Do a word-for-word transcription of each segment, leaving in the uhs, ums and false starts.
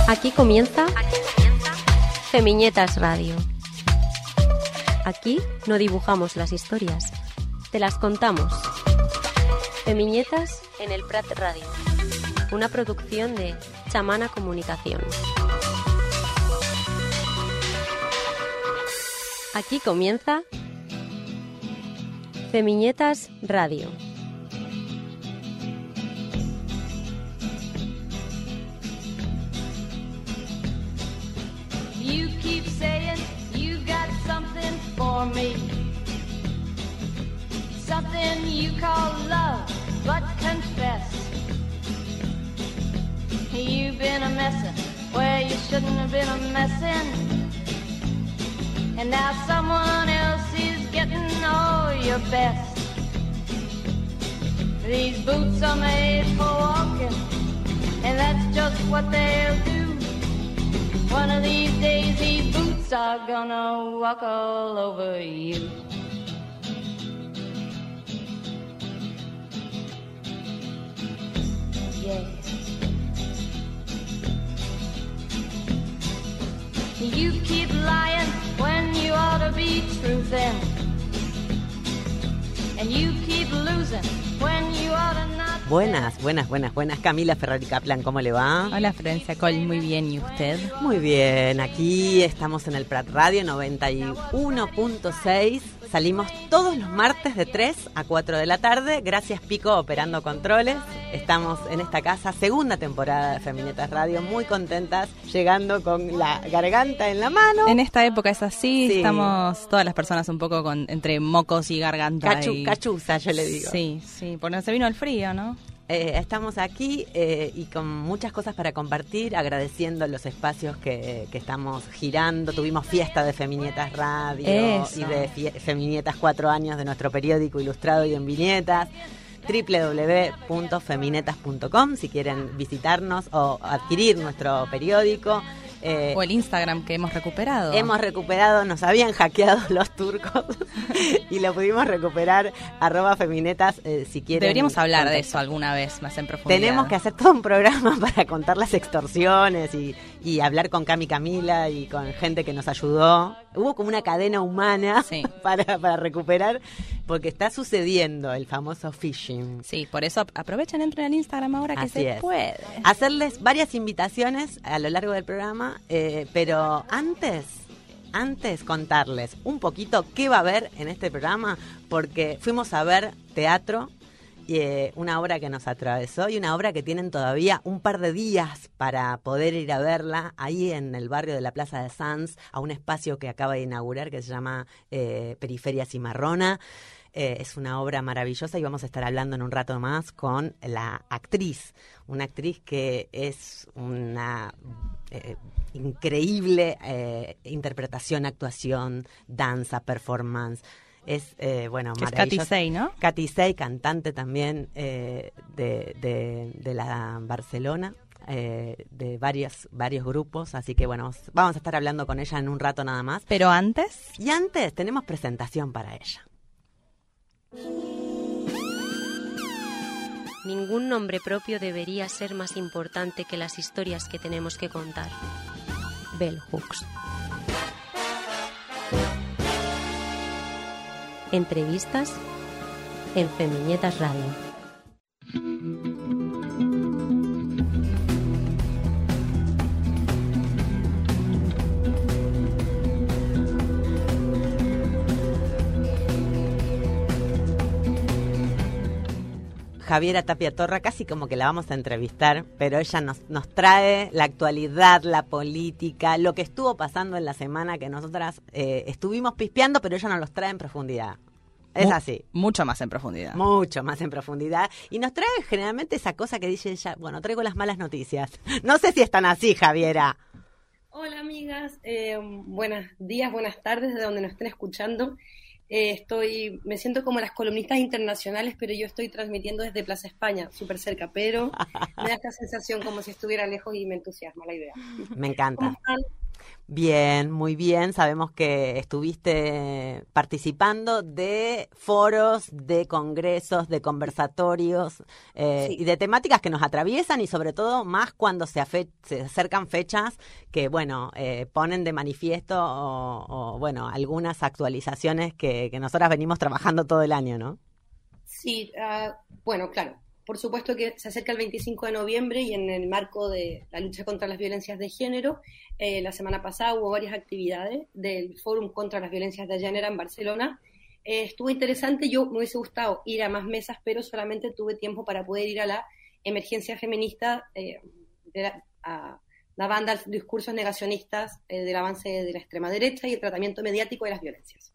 Aquí comienza Femiñetas Radio. Aquí no dibujamos las historias, te las contamos. Femiñetas en el Prat Radio, una producción de Chamana Comunicación. Aquí comienza Femiñetas Radio. You keep saying you got something for me, something you call love, but confess you've been a messin' where you shouldn't have been a messin', and now someone else is getting all your best. These boots are made for walking, and that's just what they'll do. One of these days these boots are gonna walk all over you. Yeah. You keep lying when you ought to be truthin', and you keep losing when you ought to not. Buenas, buenas, buenas, buenas. Camila Ferrari Kaplan, ¿cómo le va? Hola, Florencia Col, muy bien. ¿Y usted? Muy bien, aquí estamos en el Prat Radio noventa y uno punto seis. Salimos todos los martes de tres a cuatro de la tarde. Gracias, Pico, operando controles. Estamos en esta casa, segunda temporada de Femiñetas Radio, muy contentas, llegando con la garganta en la mano. En esta época es así, Sí. Estamos todas las personas un poco con entre mocos y garganta. Cachu, y... cachuza, yo le digo. Sí, sí, porque se vino el frío, ¿no? Eh, estamos aquí eh, y con muchas cosas para compartir, agradeciendo los espacios que, que estamos girando. Tuvimos fiesta de Femiñetas Radio Eso. y de fie- Femiñetas cuatro años de nuestro periódico ilustrado y en viñetas. doble u doble u doble u punto feminetas punto com si quieren visitarnos o adquirir nuestro periódico. Eh, O el Instagram que hemos recuperado. Hemos recuperado, nos habían hackeado los turcos y lo pudimos recuperar, arroba feminetas, eh, si quieren. Deberíamos hablar de contactar. eso alguna vez más en profundidad. Tenemos que hacer todo un programa para contar las extorsiones y, y hablar con Cami Camila y con gente que nos ayudó. Hubo como una cadena humana Sí. para, para recuperar, porque está sucediendo el famoso phishing. Sí, por eso aprovechen, entren al Instagram ahora que Así se es. puede. Hacerles varias invitaciones a lo largo del programa, eh, pero antes, antes contarles un poquito qué va a haber en este programa, porque fuimos a ver teatro, eh, una obra que nos atravesó y una obra que tienen todavía un par de días para poder ir a verla ahí en el barrio de la Plaza de Sanz, a un espacio que acaba de inaugurar que se llama eh, Periferia Cimarrona. Eh, es una obra maravillosa y vamos a estar hablando en un rato más con la actriz, una actriz que es una eh, increíble eh, interpretación, actuación, danza, performance. Es, eh, bueno, Que es maravillosa. Katy Say, ¿no? Katy Say, cantante también eh, de, de, de la Barcelona. Eh, de varios varios grupos, así que bueno, vamos a estar hablando con ella en un rato nada más. Pero antes, Y antes tenemos presentación para ella. Ningún nombre propio debería ser más importante que las historias que tenemos que contar. Bell Hooks. Entrevistas en Femiñetas Radio. Javiera Tapia Torra, casi como que la vamos a entrevistar, pero ella nos, nos trae la actualidad, la política, lo que estuvo pasando en la semana que nosotras eh, estuvimos pispeando, pero ella nos los trae en profundidad. Es mu- así. mucho más en profundidad. Mucho más en profundidad. Y nos trae generalmente esa cosa que dice ella, bueno, traigo las malas noticias. No sé si están así, Javiera. Hola amigas, eh, buenos días, buenas tardes de donde nos estén escuchando. Eh, estoy, me siento como las columnistas internacionales, pero yo estoy transmitiendo desde Plaza España, súper cerca, pero me da esta sensación como si estuviera lejos y me entusiasma la idea. Me ¿Cómo encanta. están? Bien, muy bien. Sabemos que estuviste participando de foros, de congresos, de conversatorios eh, Sí. y de temáticas que nos atraviesan y sobre todo más cuando se, afe- se acercan fechas que, bueno, eh, ponen de manifiesto o, o, bueno, algunas actualizaciones que, que nosotras venimos trabajando todo el año, ¿no? Sí, ah, bueno, claro. Por supuesto que se acerca el veinticinco de noviembre y en el marco de la lucha contra las violencias de género, eh, la semana pasada hubo varias actividades del Fórum contra las Violencias de Género en Barcelona. Eh, estuvo interesante, yo me hubiese gustado ir a más mesas, pero solamente tuve tiempo para poder ir a la emergencia feminista, eh, de la, a la banda discursos negacionistas eh, del avance de la extrema derecha y el tratamiento mediático de las violencias.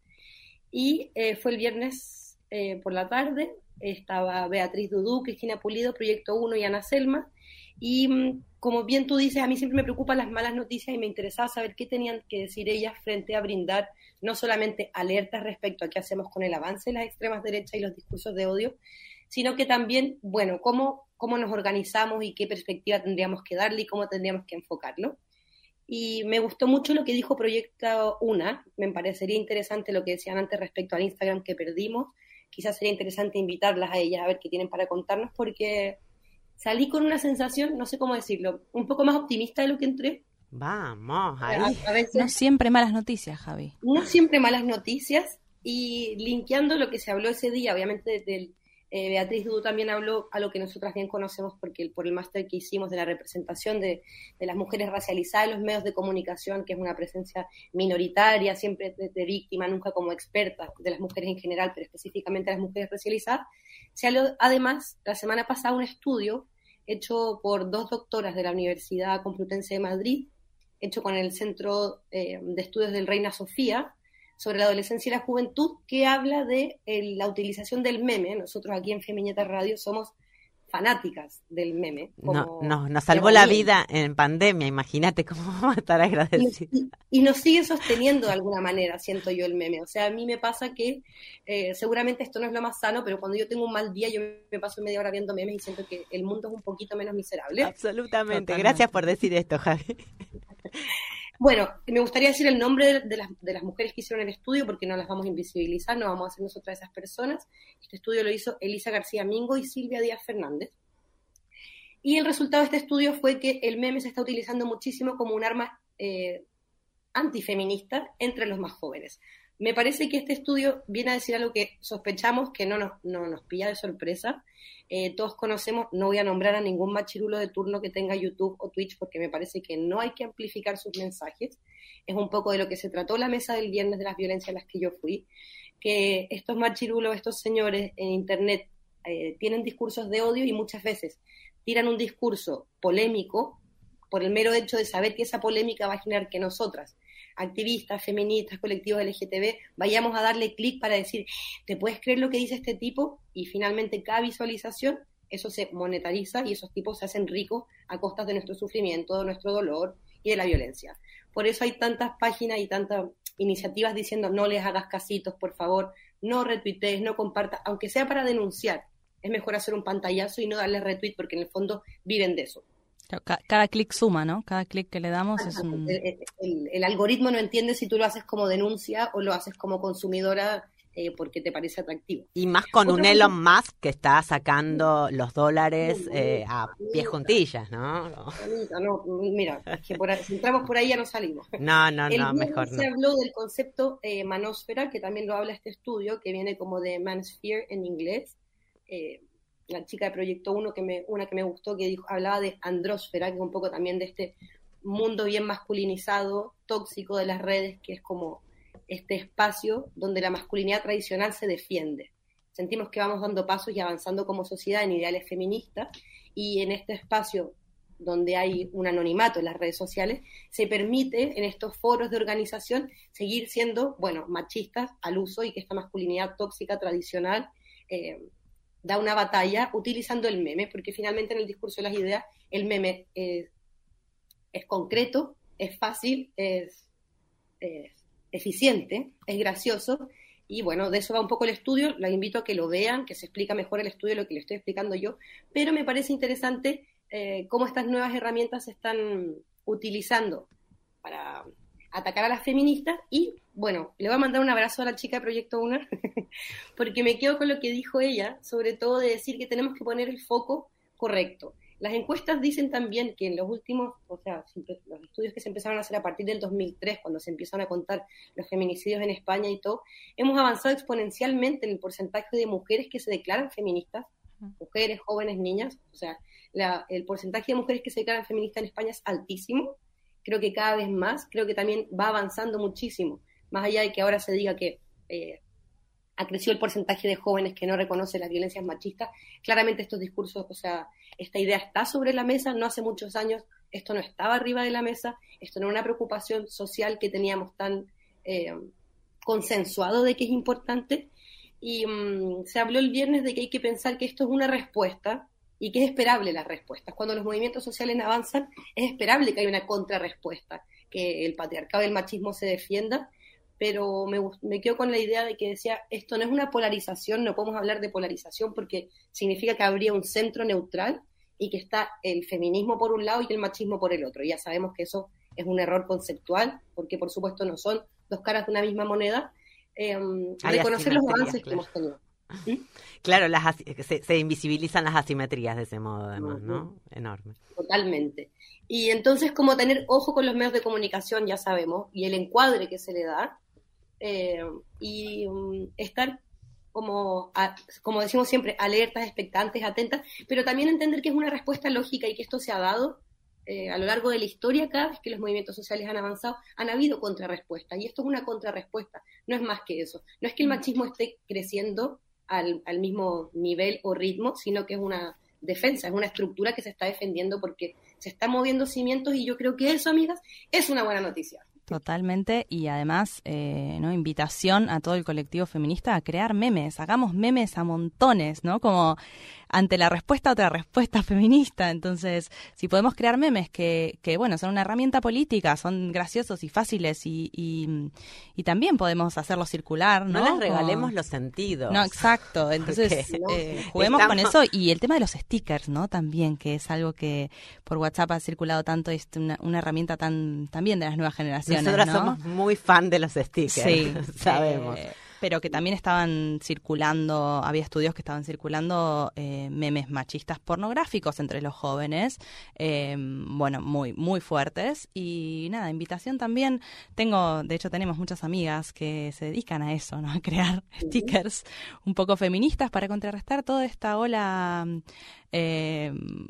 Y eh, fue el viernes eh, por la tarde. Estaba Beatriz Dudú, Cristina Pulido, Proyecto uno y Ana Selma. Y mm, como bien tú dices, a mí siempre me preocupan las malas noticias y me interesaba saber qué tenían que decir ellas frente a brindar no solamente alertas respecto a qué hacemos con el avance de las extremas derechas y los discursos de odio, sino que también, bueno, cómo, cómo nos organizamos y qué perspectiva tendríamos que darle y cómo tendríamos que enfocarlo. Y me gustó mucho lo que dijo Proyecto uno. Me parecería interesante lo que decían antes respecto al Instagram que perdimos. Quizás sería interesante invitarlas a ellas a ver qué tienen para contarnos, porque salí con una sensación, no sé cómo decirlo, un poco más optimista de lo que entré. Vamos, ahí. A, a veces No siempre malas noticias, Javi. no siempre malas noticias, y linkeando lo que se habló ese día, obviamente del, eh, Beatriz Dudú también habló a lo que nosotras bien conocemos porque el, por el máster que hicimos de la representación de, de las mujeres racializadas en los medios de comunicación, que es una presencia minoritaria, siempre de, de víctima, nunca como experta de las mujeres en general, pero específicamente de las mujeres racializadas. Se habló además la semana pasada un estudio hecho por dos doctoras de la Universidad Complutense de Madrid, hecho con el Centro eh, de Estudios del Reina Sofía, sobre la adolescencia y la juventud, que habla de eh, la utilización del meme. Nosotros aquí en Femiñetas Radio somos fanáticas del meme. No, no, nos salvó la vida en pandemia, imagínate cómo vamos a estar agradecidos. Y, y nos sigue sosteniendo de alguna manera, siento yo, el meme. O sea, a mí me pasa que eh, seguramente esto no es lo más sano, pero cuando yo tengo un mal día, yo me paso media hora viendo memes y siento que el mundo es un poquito menos miserable. Absolutamente. Totalmente. Gracias por decir esto, Javi. Bueno, me gustaría decir el nombre de, de, las, de las mujeres que hicieron el estudio, porque no las vamos a invisibilizar, no vamos a hacer nosotras esas personas. Este estudio lo hizo Elisa García Mingo y Silvia Díaz Fernández. Y el resultado de este estudio fue que el meme se está utilizando muchísimo como un arma eh, antifeminista entre los más jóvenes. Me parece que este estudio viene a decir algo que sospechamos, que no nos, no nos pilla de sorpresa. Eh, todos conocemos, no voy a nombrar a ningún machirulo de turno que tenga YouTube o Twitch, porque me parece que no hay que amplificar sus mensajes. Es un poco de lo que se trató la mesa del viernes de las violencias a las que yo fui, que estos machirulos, estos señores en Internet eh, tienen discursos de odio y muchas veces tiran un discurso polémico por el mero hecho de saber que esa polémica va a generar que nosotras, activistas, feministas, colectivos L G T B, vayamos a darle clic para decir, ¿te puedes creer lo que dice este tipo? Y finalmente cada visualización, eso se monetariza y esos tipos se hacen ricos a costas de nuestro sufrimiento, de nuestro dolor y de la violencia. Por eso hay tantas páginas y tantas iniciativas diciendo no les hagas casitos, por favor, no retuitees, no compartas, aunque sea para denunciar. Es mejor hacer un pantallazo y no darle retweet, porque en el fondo viven de eso. Cada, cada clic suma, ¿no? Cada clic que le damos es un... El, el, el algoritmo no entiende si tú lo haces como denuncia o lo haces como consumidora eh, porque te parece atractivo. Y más con Otro un Elon Musk que está sacando los dólares eh, a pies juntillas, ¿no? No, mira, es que por ahí, si entramos por ahí ya no salimos. No, no, El no, viernes mejor no. se habló del concepto eh, manósfera, que también lo habla este estudio, que viene como de manosphere en inglés. Eh, la chica de Proyecto uno, que me, una que me gustó, que dijo, hablaba de andrósfera, que es un poco también de este mundo bien masculinizado, tóxico de las redes, que es como este espacio donde la masculinidad tradicional se defiende. Sentimos que vamos dando pasos y avanzando como sociedad en ideales feministas, y en este espacio donde hay un anonimato en las redes sociales, se permite en estos foros de organización seguir siendo, bueno, machistas al uso, y que esta masculinidad tóxica tradicional eh, da una batalla utilizando el meme, porque finalmente en el discurso de las ideas el meme es, es concreto, es fácil, es, es eficiente, es gracioso, y bueno, de eso va un poco el estudio. La invito a que lo vean, que se explica mejor el estudio de lo que le estoy explicando yo, pero me parece interesante eh, cómo estas nuevas herramientas se están utilizando para atacar a las feministas. Y bueno, le voy a mandar un abrazo a la chica de Proyecto Una, porque me quedo con lo que dijo ella, sobre todo de decir que tenemos que poner el foco correcto. Las encuestas dicen también que en los últimos, o sea, los estudios que se empezaron a hacer a partir del dos mil tres, cuando se empezaron a contar los feminicidios en España y todo, hemos avanzado exponencialmente en el porcentaje de mujeres que se declaran feministas, mujeres, jóvenes, niñas. O sea, la, el porcentaje de mujeres que se declaran feministas en España es altísimo. Creo que cada vez más, creo que también va avanzando muchísimo, más allá de que ahora se diga que eh, ha crecido el porcentaje de jóvenes que no reconocen las violencias machistas. Claramente estos discursos, o sea, esta idea está sobre la mesa. No hace muchos años esto no estaba arriba de la mesa, esto no era una preocupación social que teníamos tan eh, consensuado de que es importante, y um, se habló el viernes de que hay que pensar que esto es una respuesta y que es esperable las respuestas. Cuando los movimientos sociales avanzan, es esperable que haya una contrarrespuesta, que el patriarcado y el machismo se defiendan. Pero me, me quedo con la idea de que decía, esto no es una polarización, no podemos hablar de polarización porque significa que habría un centro neutral y que está el feminismo por un lado y el machismo por el otro. Y ya sabemos que eso es un error conceptual, porque por supuesto no son dos caras de una misma moneda. Eh, reconocer los avances claro. que hemos tenido. ¿Mm? Claro, las, se, se invisibilizan las asimetrías de ese modo, además, ¿no? ¿no? Enorme. Totalmente. Y entonces, como tener ojo con los medios de comunicación, ya sabemos, y el encuadre que se le da, eh, y um, estar, como, a, como decimos siempre, alertas, expectantes, atentas, pero también entender que es una respuesta lógica y que esto se ha dado eh, a lo largo de la historia. Cada vez que los movimientos sociales han avanzado, han habido contrarrespuestas, y esto es una contrarrespuesta, no es más que eso. No es que el machismo esté creciendo al, al mismo nivel o ritmo, sino que es una defensa, es una estructura que se está defendiendo porque se están moviendo cimientos, y yo creo que eso, amigas, es una buena noticia. Totalmente, y además, eh, ¿no? invitación a todo el colectivo feminista a crear memes, hagamos memes a montones, ¿no? Como ante la respuesta, otra respuesta feminista. Entonces, si podemos crear memes que, que bueno, son una herramienta política, son graciosos y fáciles, y, y, y también podemos hacerlos circular, ¿no? No les regalemos Como... los sentidos. No, exacto. Entonces, Porque, eh, juguemos estamos... con eso. Y el tema de los stickers, ¿no? También, que es algo que por WhatsApp ha circulado tanto, es una, una herramienta tan también de las nuevas generaciones. Nosotras ¿no? somos muy fan de los stickers, sí, sabemos. Eh, pero que también estaban circulando, había estudios que estaban circulando eh, memes machistas pornográficos entre los jóvenes, eh, bueno, muy muy fuertes. Y nada, invitación también, tengo, de hecho tenemos muchas amigas que se dedican a eso, ¿no? A crear uh-huh. stickers un poco feministas para contrarrestar toda esta ola eh,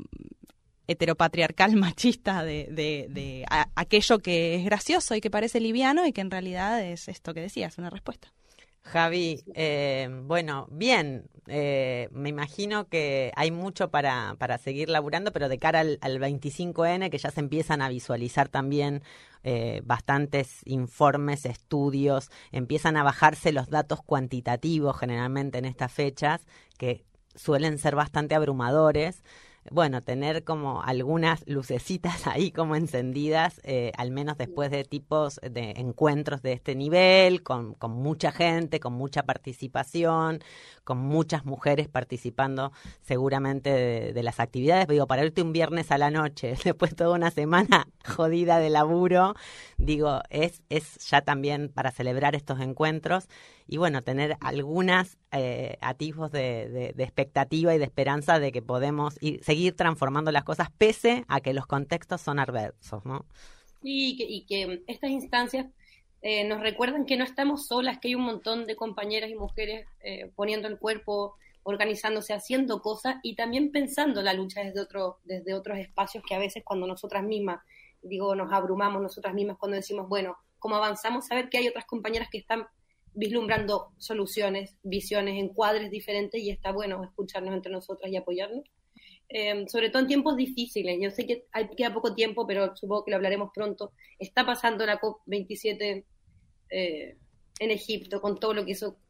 heteropatriarcal machista de, de, de a, aquello que es gracioso y que parece liviano y que en realidad es esto que decías, una respuesta. Javi, eh, bueno, bien, eh, me imagino que hay mucho para, para seguir laburando, pero de cara al, al veinticinco ene, que ya se empiezan a visualizar también eh, bastantes informes, estudios, empiezan a bajarse los datos cuantitativos generalmente en estas fechas, que suelen ser bastante abrumadores. Bueno, tener como algunas lucecitas ahí como encendidas, eh, al menos después de tipos de encuentros de este nivel, con, con mucha gente, con mucha participación, con muchas mujeres participando seguramente de, de las actividades. Digo, para irte un viernes a la noche, después de toda una semana jodida de laburo, digo, es, es ya también para celebrar estos encuentros. Y bueno, tener algunas eh, atisbos de, de, de expectativa y de esperanza de que podemos ir, seguir transformando las cosas pese a que los contextos son adversos, ¿no? Y que, y que estas instancias eh, nos recuerdan que no estamos solas, que hay un montón de compañeras y mujeres eh, poniendo el cuerpo, organizándose, haciendo cosas y también pensando la lucha desde, otro, desde otros espacios que a veces cuando nosotras mismas, digo, nos abrumamos nosotras mismas cuando decimos, bueno, ¿cómo avanzamos? Saber que hay otras compañeras que están vislumbrando soluciones, visiones, encuadres diferentes, y está bueno escucharnos entre nosotras y apoyarnos, eh, sobre todo en tiempos difíciles. Yo sé que hay, queda poco tiempo, pero supongo que lo hablaremos pronto. Está pasando la COP veintisiete eh, en Egipto, con todo lo que eso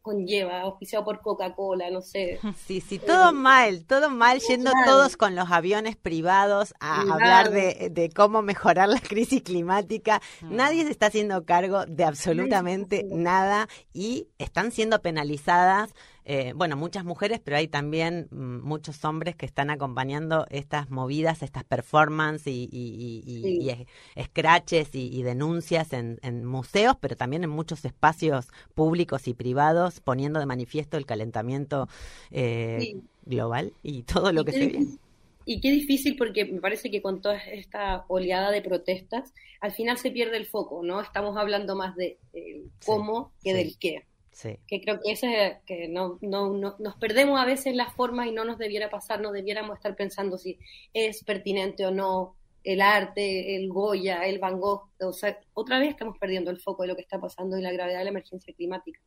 conlleva, auspiciado por Coca-Cola, no sé. Sí, sí, todo mal, todo mal, yendo claro. todos con los aviones privados a claro. hablar de, de cómo mejorar la crisis climática. Mm. Nadie se está haciendo cargo de absolutamente nada y están siendo penalizadas. Eh, bueno, muchas mujeres, pero hay también mm, muchos hombres que están acompañando estas movidas, estas performances y, y, y, sí. y, y scratches y, y denuncias en, en museos, pero también en muchos espacios públicos y privados, poniendo de manifiesto el calentamiento eh, sí. global y todo lo y que se viene. Y qué difícil, porque me parece que con toda esta oleada de protestas, al final se pierde el foco, ¿no? Estamos hablando más de eh, cómo sí. que sí. del qué. Sí. Que creo que ese es que no, no, no nos perdemos a veces las formas y no nos debiera pasar, no debiéramos estar pensando si es pertinente o no el arte, el Goya, el Van Gogh, o sea, otra vez estamos perdiendo el foco de lo que está pasando y la gravedad de la emergencia climática.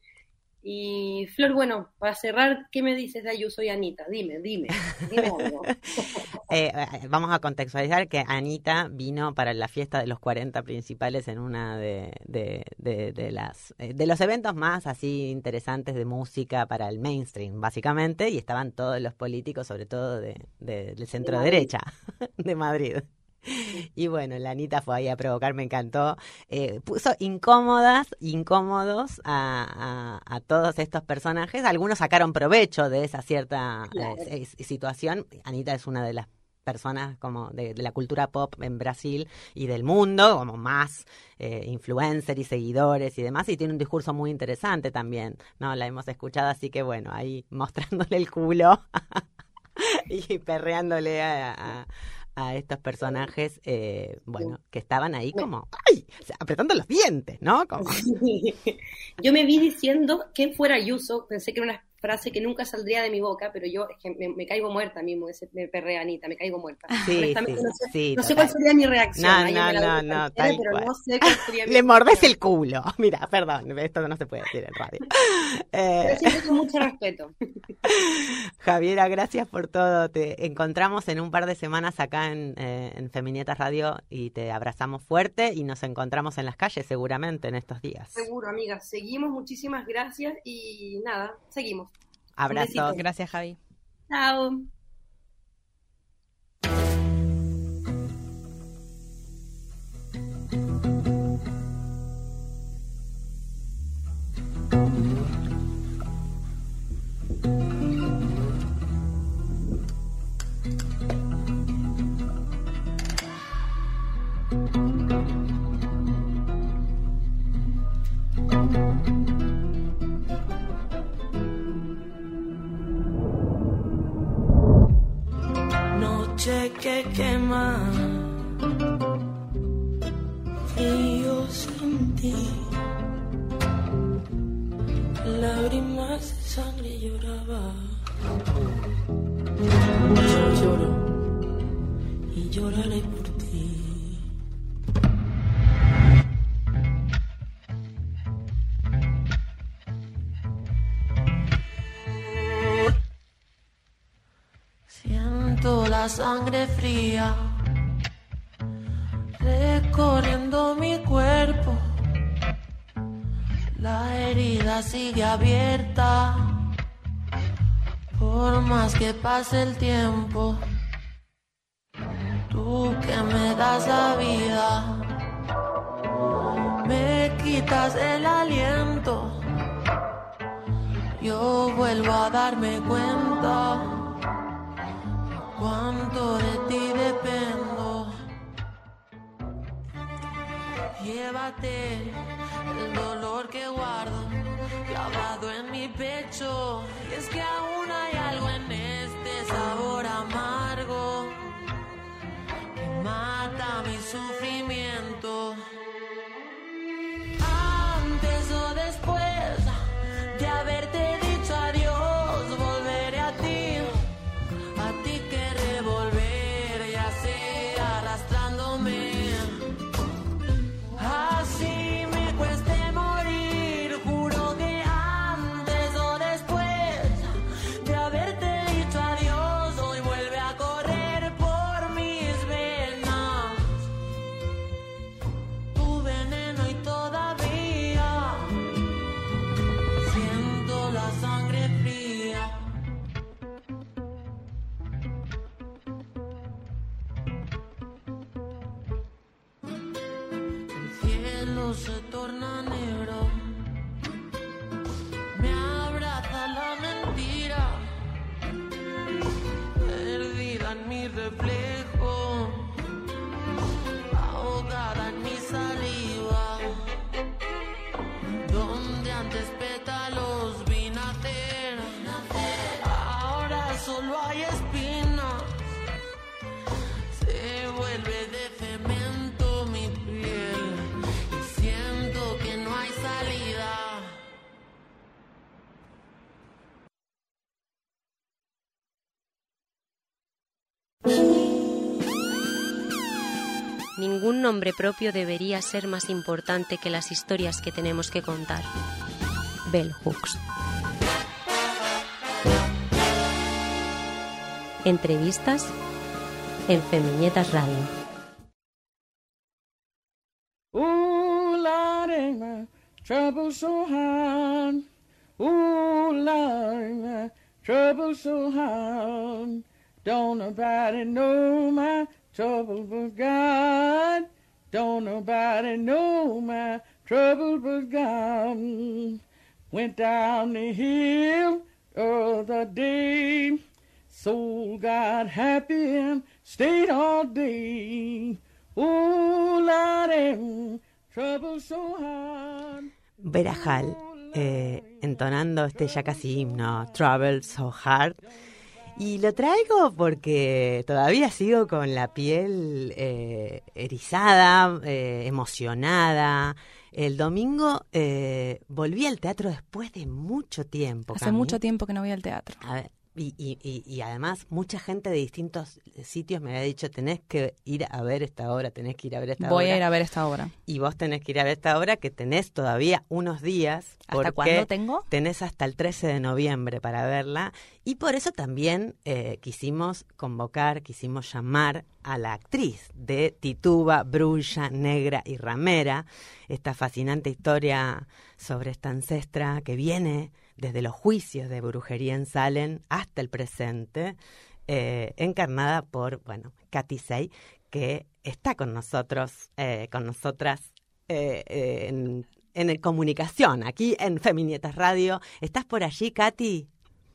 Y Flor, bueno, para cerrar, ¿qué me dices de Ayuso y Anita? Dime, dime, dime algo. eh, vamos a contextualizar que Anita vino para la fiesta de los cuarenta principales en una de, de, de, de las de los eventos más así interesantes de música para el mainstream, básicamente, y estaban todos los políticos, sobre todo de, de, del centro de derecha de Madrid. Y bueno, la Anita fue ahí a provocar, me encantó. Eh, puso incómodas, incómodos a, a, a todos estos personajes. Algunos sacaron provecho de esa cierta claro. eh, situación. Anita es una de las personas como de, de la cultura pop en Brasil y del mundo, como más eh, influencer y seguidores y demás, y tiene un discurso muy interesante también, ¿no? La hemos escuchado, así que bueno, ahí mostrándole el culo y perreándole a... a a estos personajes, eh, bueno, que estaban ahí como, ¡ay!, o sea, apretando los dientes, ¿no? Como... Yo me vi diciendo que fuera Ayuso, pensé que era una frase que nunca saldría de mi boca, pero yo es que me, me caigo muerta mismo, ese, me perrea Anita, me caigo muerta. Sí, sí, no sé, sí, no sé cuál sería mi reacción. No, no, no, no, tal pero cual. No sé cuál sería mi Le mordés el culo. Mira, perdón, esto no se puede decir en radio. Eh... Pero siempre con mucho respeto. Javiera, gracias por todo. Te encontramos en un par de semanas acá en, eh, en Feminietas Radio y te abrazamos fuerte y nos encontramos en las calles seguramente en estos días. Seguro, amiga. Seguimos, muchísimas gracias y nada, seguimos. Abrazos. Gracias, Javi. Chao. Que quema y yo sentí lágrimas de sangre, lloraba. Yo lloro y lloraré por ti. Siento la sangre fría recorriendo mi cuerpo. La herida sigue abierta por más que pase el tiempo. Tú que me das la vida, me quitas el aliento. Yo vuelvo a darme cuenta cuánto de ti dependo. Llévate el dolor que guardo clavado en mi pecho. Y es que aún hay algo en este sabor amargo que mata mi sufrimiento. Antes o después de haberte dicho adiós, volveré a ti. A ti querré volver, ya sea arrastrándome. Así me cueste morir, juro que antes o después de haberte dicho adiós, hoy vuelve a correr por mis venas. se torna negro. Me abraza la mentira, perdida en mi reflejo, ahogada en mi saliva, donde antes pétalos vi nacer, ahora solo hay espinas, se vuelve de cemento mi piel y siento que no hay salida. Ningún nombre propio debería ser más importante que las historias que tenemos que contar. Bell Hooks. Entrevistas en Feminietas Radio. Ooh, Lord, ain't my trouble so hard. Ooh, Lord, ain't my trouble so hard. Don't nobody know my trouble but God. Don't nobody know my trouble but God. Went down the hill the other day. Soul got happy and stayed all day. Ooh, Lord, trouble so hard. Vera Hall, eh, entonando este ya casi himno, Trouble So Hard. Y lo traigo porque todavía sigo con la piel eh, erizada, eh, emocionada. El domingo eh, volví al teatro después de mucho tiempo. Hace Cami. mucho tiempo que no voy al teatro. A ver, y, y, y, y además mucha gente de distintos sitios me había dicho, tenés que ir a ver esta obra, tenés que ir a ver esta obra. Voy a ir a ver esta obra. Y vos tenés que ir a ver esta obra que tenés todavía unos días. ¿Hasta cuándo tengo? Tenés hasta el trece de noviembre para verla. Y por eso también eh, quisimos convocar, quisimos llamar a la actriz de Tituba, Brulla, Negra y Ramera, esta fascinante historia sobre esta ancestra que viene desde los juicios de brujería en Salem hasta el presente, eh, encarnada por, bueno, Katy Say, que está con nosotros, eh, con nosotras eh, eh, en, en el comunicación, aquí en Feminietas Radio. ¿Estás por allí, Katy?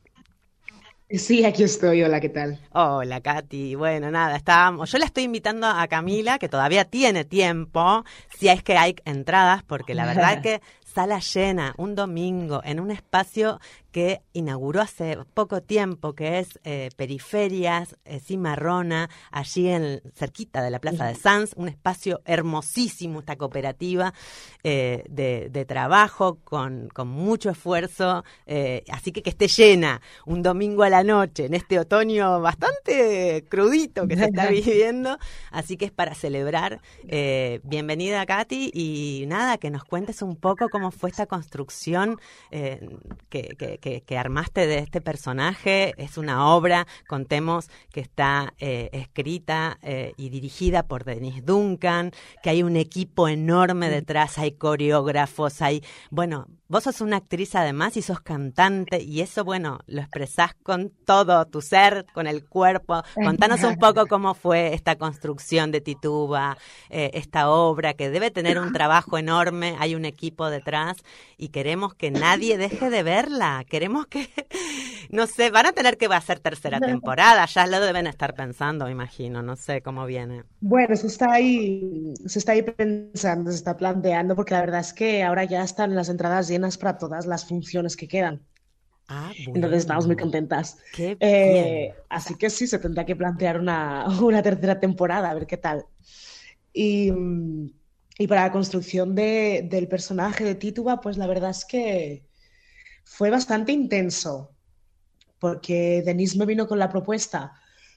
Sí, aquí estoy. Hola, ¿qué tal? Hola, Katy. Bueno, nada, estábamos. Yo la estoy invitando a Camila, que todavía tiene tiempo, si es que hay entradas, porque la verdad es que sala llena, un domingo, en un espacio que inauguró hace poco tiempo, que es eh, Periferias, eh, Cimarrona, allí en cerquita de la Plaza de Sanz, un espacio hermosísimo, esta cooperativa eh, de, de trabajo con, con mucho esfuerzo, eh, así que que esté llena un domingo a la noche, en este otoño bastante crudito que se está viviendo, así que es para celebrar. Eh, bienvenida, Katy, y nada, que nos cuentes un poco cómo fue esta construcción eh, que, que Que, que armaste de este personaje. Es una obra, contemos, que está eh, escrita eh, y dirigida por Denise Duncan, que hay un equipo enorme detrás, hay coreógrafos, hay, bueno, vos sos una actriz además y sos cantante, y eso, bueno, lo expresás con todo tu ser, con el cuerpo. Contanos un poco cómo fue esta construcción de Tituba, eh, esta obra que debe tener un trabajo enorme, hay un equipo detrás y queremos que nadie deje de verla. Queremos que, no sé, van a tener que va a ser tercera temporada, ya lo deben estar pensando, me imagino, no sé cómo viene. Bueno, se está ahí, se está ahí pensando, se está planteando, porque la verdad es que ahora ya están las entradas llenas para todas las funciones que quedan. Ah, bueno. Entonces estamos muy contentas. Qué Eh, bien. así que sí, se tendrá que plantear una, una tercera temporada, a ver qué tal. Y, y para la construcción de, del personaje de Tituba, pues la verdad es que fue bastante intenso, porque Denise me vino con la propuesta,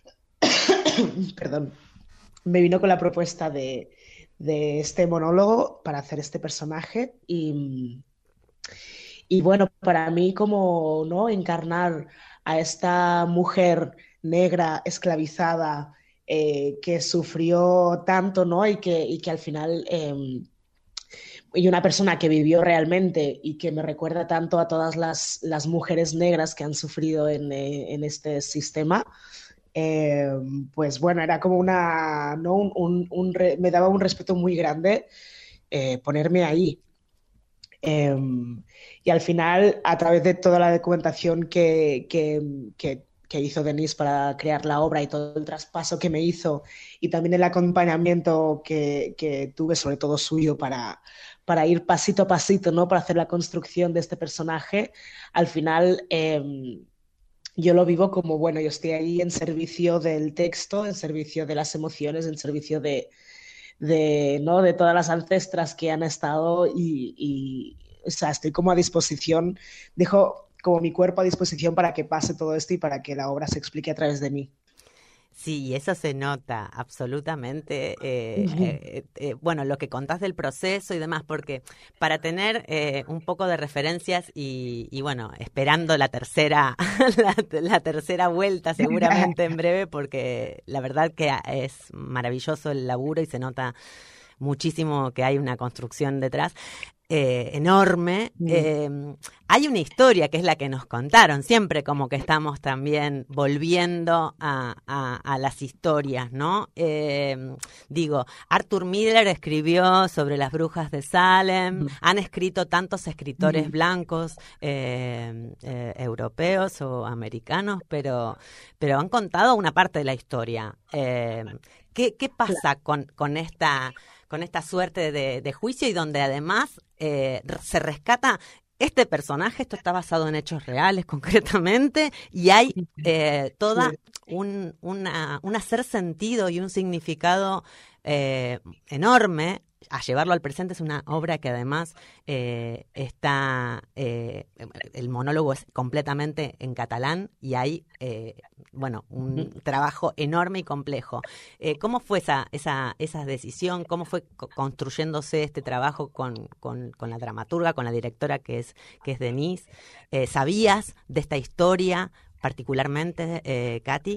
perdón, me vino con la propuesta de, de este monólogo para hacer este personaje y, y bueno, para mí como, ¿no?, encarnar a esta mujer negra esclavizada eh, que sufrió tanto, ¿no?, y que, y que al final... Eh, y una persona que vivió realmente y que me recuerda tanto a todas las, las mujeres negras que han sufrido en, eh, en este sistema, eh, pues bueno, era como una, ¿no? un, un, un re, me daba un respeto muy grande eh, ponerme ahí. Eh, y al final, a través de toda la documentación que, que, que, que hizo Denise para crear la obra y todo el traspaso que me hizo y también el acompañamiento que, que tuve, sobre todo suyo, para, para ir pasito a pasito, ¿no? Para hacer la construcción de este personaje, al final eh, yo lo vivo como, bueno, yo estoy ahí en servicio del texto, en servicio de las emociones, en servicio de de, ¿no? de todas las ancestras que han estado y, y o sea, estoy como a disposición, dejo como mi cuerpo a disposición para que pase todo esto y para que la obra se explique a través de mí. Sí, eso se nota absolutamente. Eh, eh, eh, bueno, lo que contás del proceso y demás, porque para tener eh, un poco de referencias y, y bueno, esperando la tercera, la, la tercera vuelta seguramente en breve, porque la verdad que es maravilloso el laburo y se nota muchísimo que hay una construcción detrás. Eh, enorme. Eh, hay una historia que es la que nos contaron, siempre como que estamos también volviendo a, a, a las historias, ¿no? Eh, digo, Arthur Miller escribió sobre las brujas de Salem, han escrito tantos escritores blancos, eh, eh, europeos o americanos, pero, pero han contado una parte de la historia. Eh, ¿qué, ¿Qué pasa con, con esta... con esta suerte de, de juicio y donde además eh, se rescata este personaje? Esto está basado en hechos reales concretamente y hay eh, toda un, una, un hacer sentido y un significado eh, enorme. A llevarlo al presente es una obra que además eh, está, eh, el monólogo es completamente en catalán y hay, eh, bueno, un trabajo enorme y complejo. Eh, ¿Cómo fue esa, esa, esa decisión? ¿Cómo fue co- construyéndose este trabajo con, con, con la dramaturga, con la directora que es, que es Denise? Eh, ¿Sabías de esta historia particularmente, eh, Katy?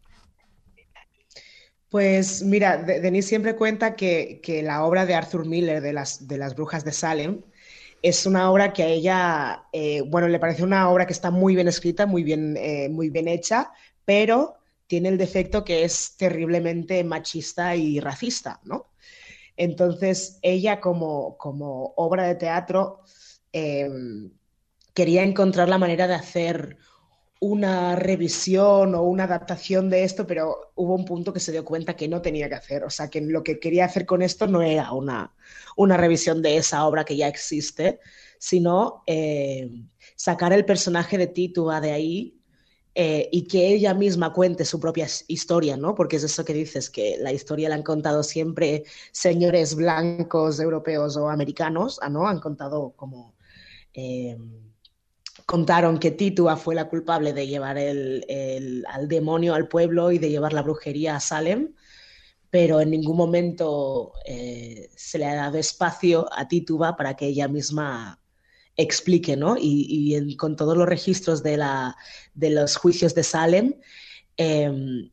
Pues mira, De- Denise siempre cuenta que, que la obra de Arthur Miller, de las, de las brujas de Salem, es una obra que a ella, eh, bueno, le parece una obra que está muy bien escrita, muy bien, eh, muy bien hecha, pero tiene el defecto que es terriblemente machista y racista, ¿no? Entonces, ella como, como obra de teatro eh, quería encontrar la manera de hacer una revisión o una adaptación de esto, pero hubo un punto que se dio cuenta que no tenía que hacer. O sea, que lo que quería hacer con esto no era una, una revisión de esa obra que ya existe, sino eh, sacar el personaje de Tituba de ahí eh, y que ella misma cuente su propia historia, ¿no? Porque es eso que dices, que la historia la han contado siempre señores blancos, europeos o americanos, ¿no? Han contado como... Eh, contaron que Tituba fue la culpable de llevar el, el, al demonio al pueblo y de llevar la brujería a Salem, pero en ningún momento eh, se le ha dado espacio a Tituba para que ella misma explique, ¿no? Y, y en, con todos los registros de, la, de los juicios de Salem, eh,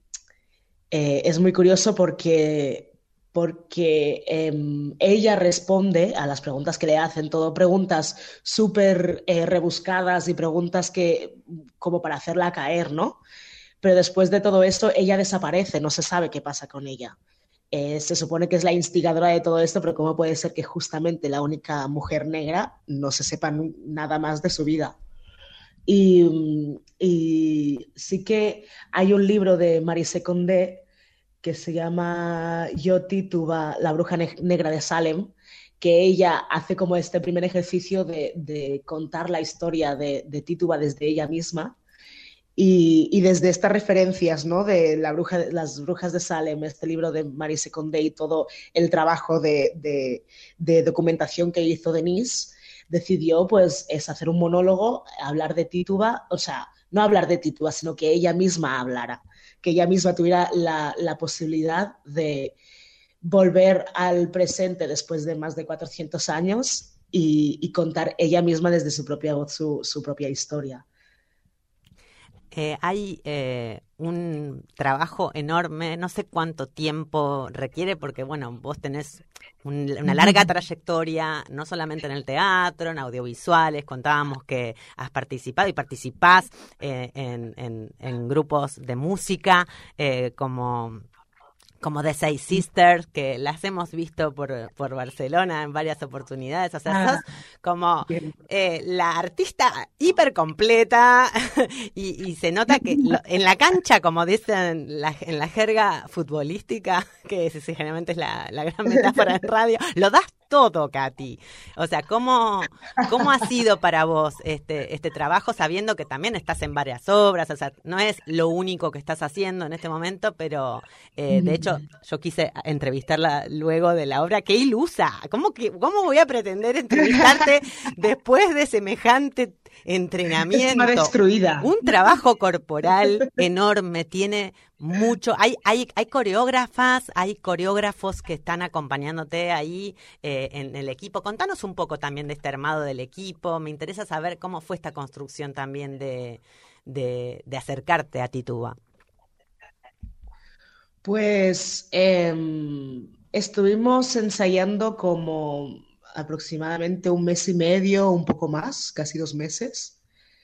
eh, es muy curioso porque... porque eh, ella responde a las preguntas que le hacen, todo preguntas súper eh, rebuscadas y preguntas que como para hacerla caer, ¿no? Pero después de todo esto, ella desaparece, no se sabe qué pasa con ella. Eh, se supone que es la instigadora de todo esto, pero ¿cómo puede ser que justamente la única mujer negra no se sepa nada más de su vida? Y, y sí que hay un libro de Marise Condé que se llama Yo Tituba, la bruja ne- negra de Salem, que ella hace como este primer ejercicio de, de contar la historia de, de Tituba desde ella misma y, y desde estas referencias, ¿no? De la bruja, las brujas de Salem, este libro de Marise Condé y todo el trabajo de, de, de documentación que hizo Denise, decidió pues es hacer un monólogo, hablar de Tituba, o sea, no hablar de Tituba, sino que ella misma hablara, que ella misma tuviera la, la posibilidad de volver al presente después de más de cuatrocientos años y, y contar ella misma desde su propia voz su, su propia historia. Eh, hay eh, un trabajo enorme, no sé cuánto tiempo requiere, porque bueno, vos tenés un, una larga trayectoria, no solamente en el teatro, en audiovisuales, contábamos que has participado y participás eh, en, en, en grupos de música, eh, como... como The Seis Sisters, que las hemos visto por, por Barcelona en varias oportunidades. O sea, Ah, sos como bien. eh, la artista hiper completa y, y se nota que lo- en la cancha, como dicen la- en la jerga futbolística, que es, sí, generalmente es la, la gran metáfora en radio, lo das todo, Katy. O sea, ¿cómo, cómo ha sido para vos este, este trabajo, sabiendo que también estás en varias obras? O sea, no es lo único que estás haciendo en este momento, pero eh, de hecho yo quise entrevistarla luego de la obra. ¡Qué ilusa! ¿Cómo, que, cómo voy a pretender entrevistarte después de semejante Está entrenamiento? destruida. Un trabajo corporal enorme, tiene mucho. Hay, hay, hay coreógrafas, hay coreógrafos que están acompañándote ahí eh, en el equipo. Contanos un poco también de este armado del equipo. Me interesa saber cómo fue esta construcción también de, de, de acercarte a Tituba. Pues em, estuvimos ensayando como aproximadamente un mes y medio, un poco más, casi dos meses.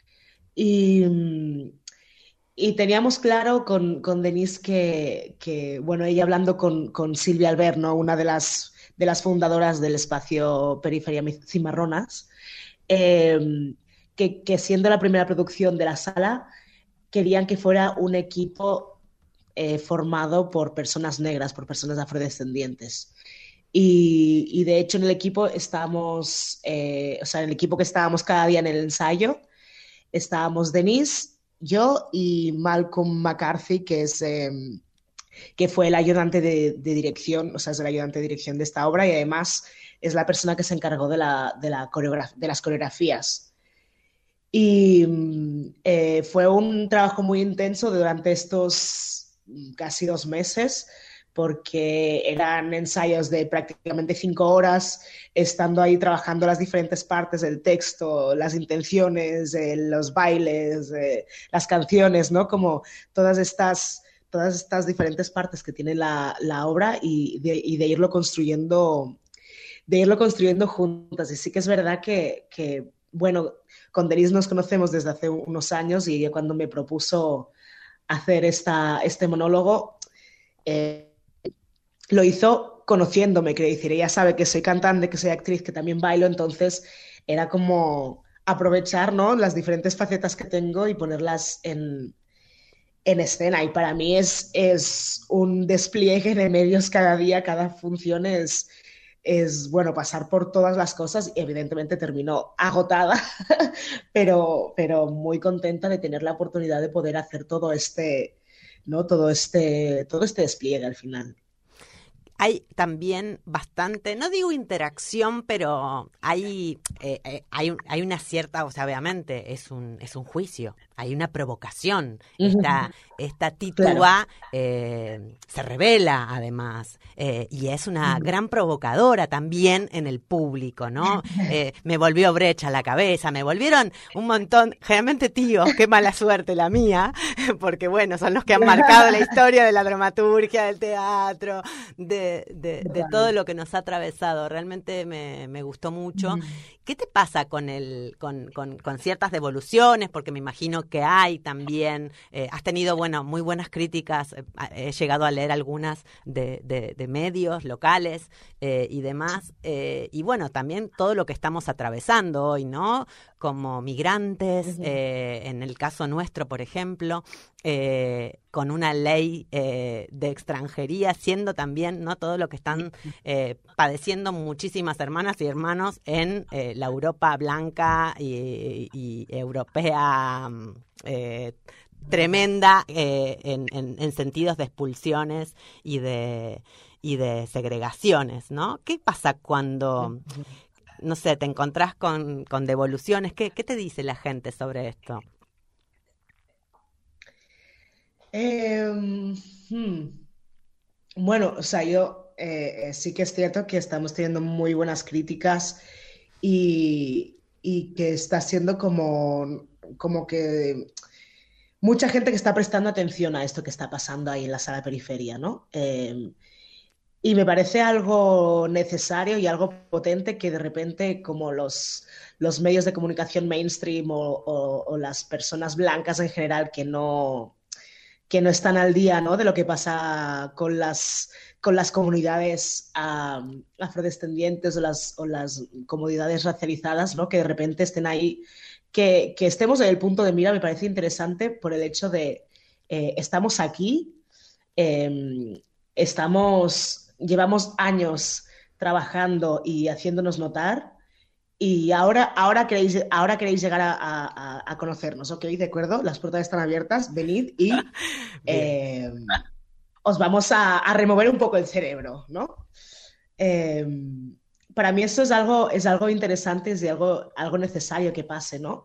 Y, mm, y teníamos claro con, con Denise que, que, bueno, ella hablando con, con Silvia Albert, ¿no? Una de las, de las fundadoras del espacio Periferia Cimarronas, em, que, que siendo la primera producción de la sala, querían que fuera un equipo eh, formado por personas negras, por personas afrodescendientes. Y, y de hecho en el equipo estábamos, eh, o sea, en el equipo que estábamos cada día en el ensayo, estábamos Denise, yo y Malcolm McCarthy, que es eh, que fue el ayudante de, de dirección, o sea, es el ayudante de dirección de esta obra y además es la persona que se encargó de, la, de, la coreograf de las coreografías. Y mm, eh, fue un trabajo muy intenso durante estos mm, casi dos meses, porque eran ensayos de prácticamente cinco horas, estando ahí trabajando las diferentes partes del texto, las intenciones, eh, los bailes, eh, las canciones, ¿no? Como todas estas, todas estas diferentes partes que tiene la, la obra y de, y de irlo construyendo, de irlo construyendo juntas. Y sí que es verdad que, que bueno, con Denise nos conocemos desde hace unos años y ella cuando me propuso hacer esta, este monólogo, eh, lo hizo conociéndome, quiero decir, ella sabe que soy cantante, que soy actriz, que también bailo, entonces era como aprovechar, ¿no?, las diferentes facetas que tengo y ponerlas en, en escena. Y para mí es, es un despliegue de medios cada día, cada función es, es, bueno, pasar por todas las cosas y evidentemente termino agotada, pero, pero muy contenta de tener la oportunidad de poder hacer todo este, ¿no?, todo este, todo este despliegue al final. Hay también bastante, no digo interacción, pero hay, eh, eh, hay, un- hay una cierta, o sea, obviamente es un, es un juicio, hay una provocación. Esta, esta Tituba eh, se revela además eh, y es una gran provocadora también en el público, ¿no? Eh, me volvió Brecha a la cabeza, me volvieron un montón, generalmente tíos, qué mala suerte la mía, porque bueno, son los que han marcado la historia de la dramaturgia, del teatro, de, de, de todo lo que nos ha atravesado. Realmente me, me gustó mucho. ¿Qué te pasa con el con, con, con ciertas devoluciones? Porque me imagino que hay también, eh, has tenido, bueno, muy buenas críticas, eh, he llegado a leer algunas de, de, de medios locales eh, y demás, eh, y bueno, también todo lo que estamos atravesando hoy, ¿no? Como migrantes, eh, en el caso nuestro, por ejemplo, eh, con una ley eh, de extranjería, siendo también, ¿no?, todo lo que están eh, padeciendo muchísimas hermanas y hermanos en eh, la Europa blanca y, y europea eh, tremenda eh, en, en, en sentidos de expulsiones y de, y de segregaciones, ¿no? ¿Qué pasa cuando, no sé, te encontrás con, con devoluciones? ¿Qué, ¿Qué te dice la gente sobre esto? Eh, hmm. Bueno, o sea, yo eh, eh, sí que es cierto que estamos teniendo muy buenas críticas y, y que está siendo como, como que mucha gente que está prestando atención a esto que está pasando ahí en la sala Periferia, ¿no? Eh, y me parece algo necesario y algo potente que de repente como los, los medios de comunicación mainstream o, o, o las personas blancas en general que no que no están al día, ¿no?, de lo que pasa con las, con las comunidades um, afrodescendientes o las, o las comunidades racializadas, ¿no?, que de repente estén ahí, que, que estemos en el punto de mira, me parece interesante por el hecho de eh, estamos aquí, eh, estamos, llevamos años trabajando y haciéndonos notar, y ahora, ahora, queréis, ahora queréis llegar a, a, a conocernos, ¿ok? ¿De acuerdo? Las puertas están abiertas, venid y eh, os vamos a, a remover un poco el cerebro, ¿no? Eh, para mí esto es algo, es algo interesante, es algo, algo necesario que pase, ¿no?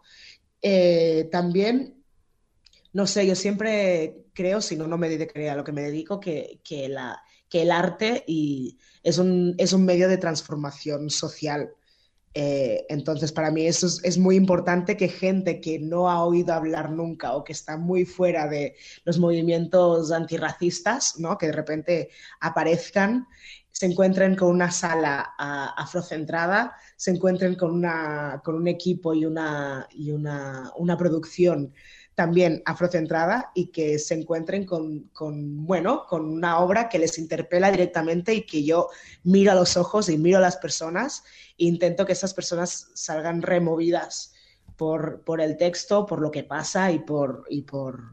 Eh, también, no sé, yo siempre creo, si no, no me dedicaré a lo que me dedico, que, que, la, que el arte y es, un, es un medio de transformación social. Eh, entonces, para mí eso es, es muy importante que gente que no ha oído hablar nunca o que está muy fuera de los movimientos antirracistas, ¿no?, que de repente aparezcan, se encuentren con una sala uh, afrocentrada, se encuentren con, una, con un equipo y, una, y una, una producción también afrocentrada y que se encuentren con, con, bueno, con una obra que les interpela directamente y que yo miro a los ojos y miro a las personas e intento que esas personas salgan removidas por, por el texto, por lo que pasa y por, y por,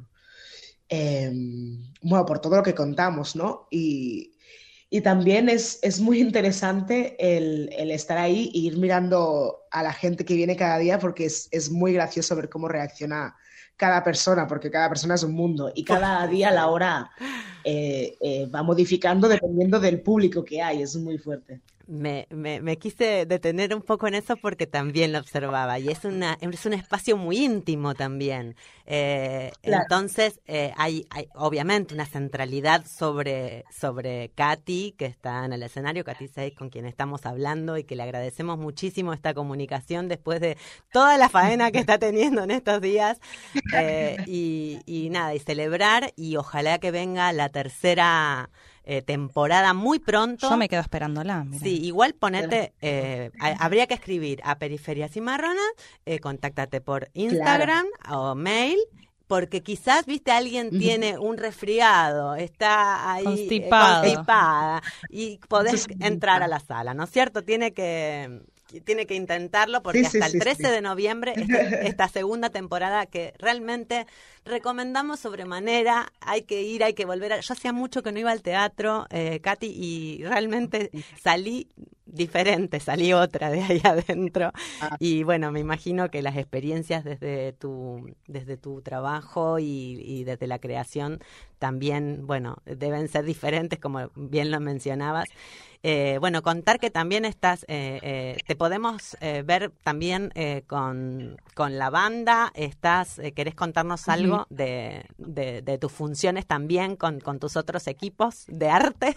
eh, bueno, por todo lo que contamos, ¿no? Y, y también es, es muy interesante el, el estar ahí e ir mirando a la gente que viene cada día porque es, es muy gracioso ver cómo reacciona cada persona, porque cada persona es un mundo y cada día la hora eh, eh, va modificando dependiendo del público que hay, es muy fuerte. Me, me, me quise detener un poco en eso porque también lo observaba y es, una, es un espacio muy íntimo también. Eh, claro. Entonces eh, hay, hay obviamente una centralidad sobre, sobre Katy, que está en el escenario, Katy seis, con quien estamos hablando y que le agradecemos muchísimo esta comunicación después de toda la faena que está teniendo en estos días. Eh, y, y nada, y celebrar y ojalá que venga la tercera Eh, temporada muy pronto. Yo me quedo esperándola. Mirá. Sí, igual ponete, eh, a, habría que escribir a Periferias Cimarronas, eh, contáctate por Instagram claro. o mail, porque quizás, viste, alguien tiene un resfriado, está ahí constipado. Eh, constipada y podés entrar a la sala, ¿no es cierto? Tiene que... Tiene que intentarlo porque sí, hasta sí, el trece sí. de noviembre este, esta segunda temporada que realmente recomendamos sobremanera, hay que ir, hay que volver a... Yo hacía mucho que no iba al teatro, eh, Katy, y realmente salí diferente, salí otra de ahí adentro ah. y bueno, me imagino que las experiencias desde tu, desde tu trabajo y, y desde la creación también, bueno, deben ser diferentes como bien lo mencionabas. Eh, bueno, contar que también estás, eh, eh, te podemos eh, ver también eh, con, con la banda, estás, eh, ¿querés contarnos algo uh-huh. de, de, de tus funciones también con, con tus otros equipos de arte?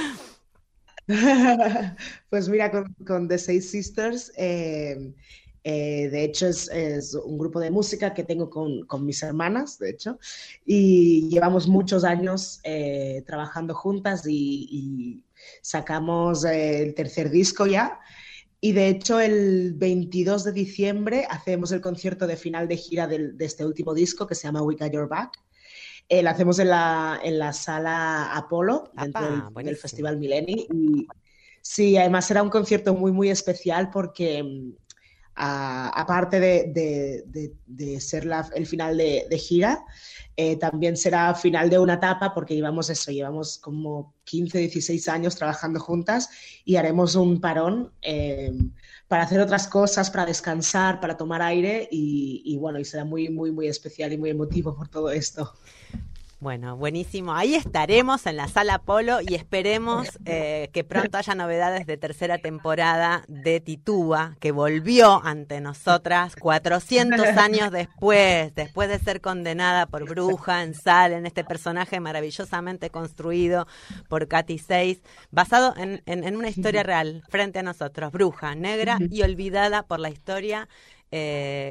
Pues mira, con, con The Seis Sisters, eh, eh, de hecho es, es un grupo de música que tengo con, con mis hermanas, de hecho, y llevamos muchos años eh, trabajando juntas y... y sacamos eh, el tercer disco ya y de hecho el veintidós de diciembre hacemos el concierto de final de gira del, de este último disco que se llama We Got Your Back. Eh, lo hacemos en la, en la sala Apolo, Apá, dentro del, del Festival Millenni. Y sí, además será un concierto muy, muy especial porque a, aparte de, de, de, de ser la, el final de, de gira, Eh, también será final de una etapa porque llevamos eso, llevamos como quince, dieciséis años trabajando juntas y haremos un parón eh, para hacer otras cosas, para descansar, para tomar aire y, y bueno, y será muy, muy, muy especial y muy emotivo por todo esto. Bueno, buenísimo. Ahí estaremos en la Sala Apolo y esperemos eh, que pronto haya novedades de tercera temporada de Titúa, que volvió ante nosotras cuatrocientos años después, después de ser condenada por bruja en Salem, este personaje maravillosamente construido por Katy seis, basado en, en, en una historia real frente a nosotros, bruja, negra y olvidada por la historia. Eh,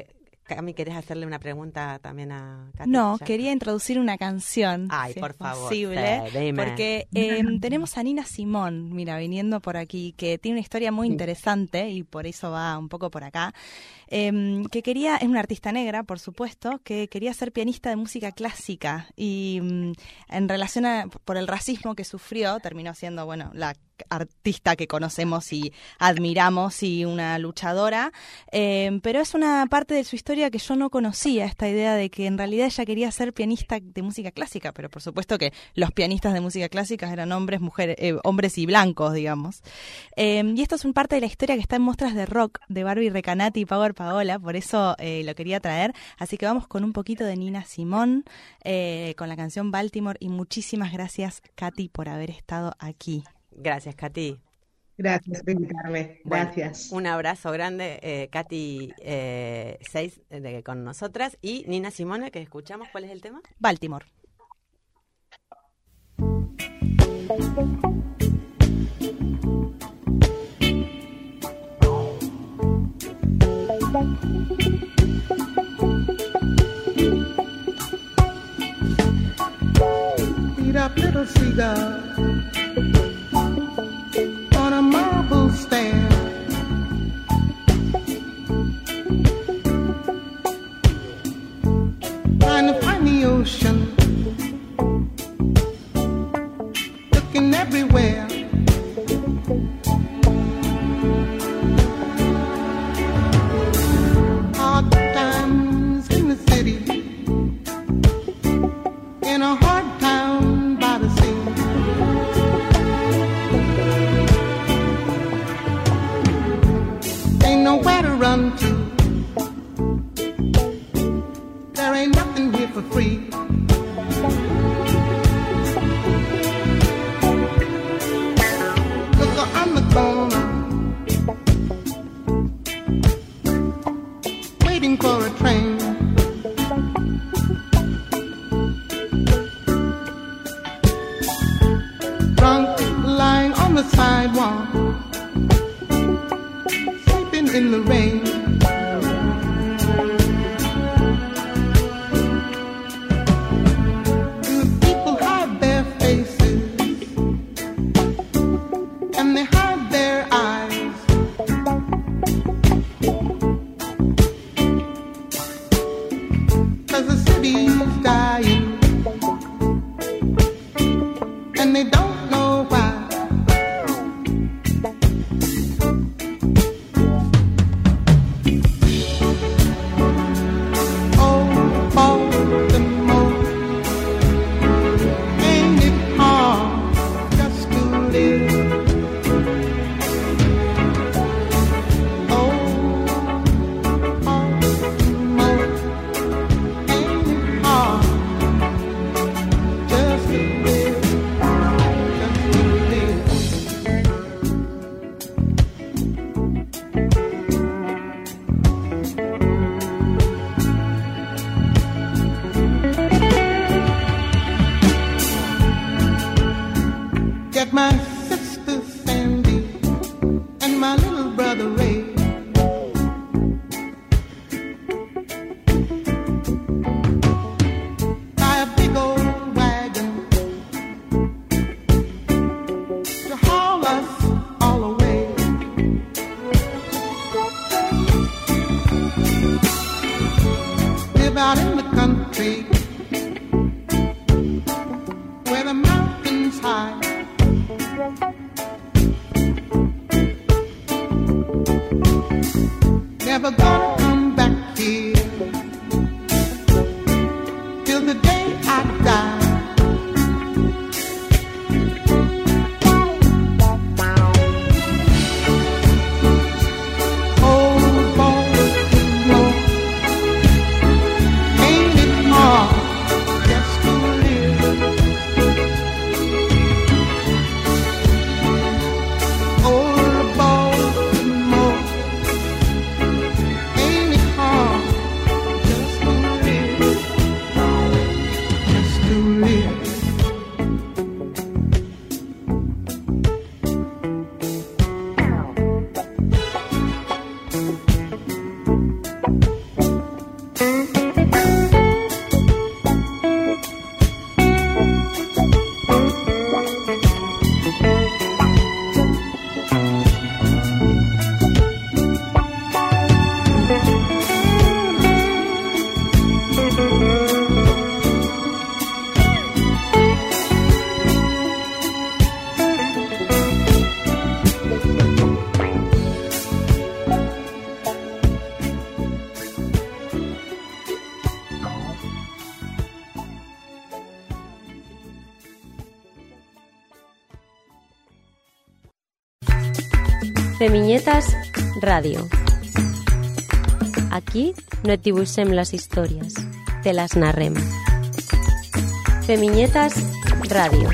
Cami, ¿querés hacerle una pregunta también a Katy? No, Ya. quería introducir una canción. Ay, si por es favor, posible, sí, dime. porque eh, tenemos a Nina Simone, mira, viniendo por aquí, que tiene una historia muy interesante y por eso va un poco por acá. Eh, que quería, es una artista negra, por supuesto, que quería ser pianista de música clásica y mm, en relación a, por el racismo que sufrió, terminó siendo, bueno, la artista que conocemos y admiramos y una luchadora, eh, pero es una parte de su historia que yo no conocía, esta idea de que en realidad ella quería ser pianista de música clásica, pero por supuesto que los pianistas de música clásica eran hombres, mujeres, eh, hombres y blancos, digamos. Eh, y esto es una parte de la historia que está en Muestras de Rock de Barbie Recanati y Power Paola, por eso eh, lo quería traer, así que vamos con un poquito de Nina Simone, eh, con la canción Baltimore, y muchísimas gracias, Katy, por haber estado aquí. Gracias, Katy. Gracias por invitarme. Bueno, Gracias. un abrazo grande, eh, Katy eh, seis de, con nosotras, y Nina Simone, que escuchamos. ¿Cuál es el tema? Baltimore. Beat up little cigar on a marble stand. Trying to find the ocean, looking everywhere. Hard times in the city, in a hard town by the sea. Ain't nowhere to run to. There ain't nothing here for free. Look on the corner, waiting for a train. Drunk, lying on the sidewalk, sleeping in the rain. And the people hide their faces, and they hide their eyes. Cause the city's dying, and they don't know why. Oh, Baltimore, ain't it hard just to live? Oh, Baltimore, ain't it hard just to live? Get my sister Sandy and my little brother Ray. Buy a big old wagon to haul us all away. Live out in the country where the mountains high. Femiñetas Radio. Aquí no et dibuixem les històries, te les narrem. Femiñetas Radio.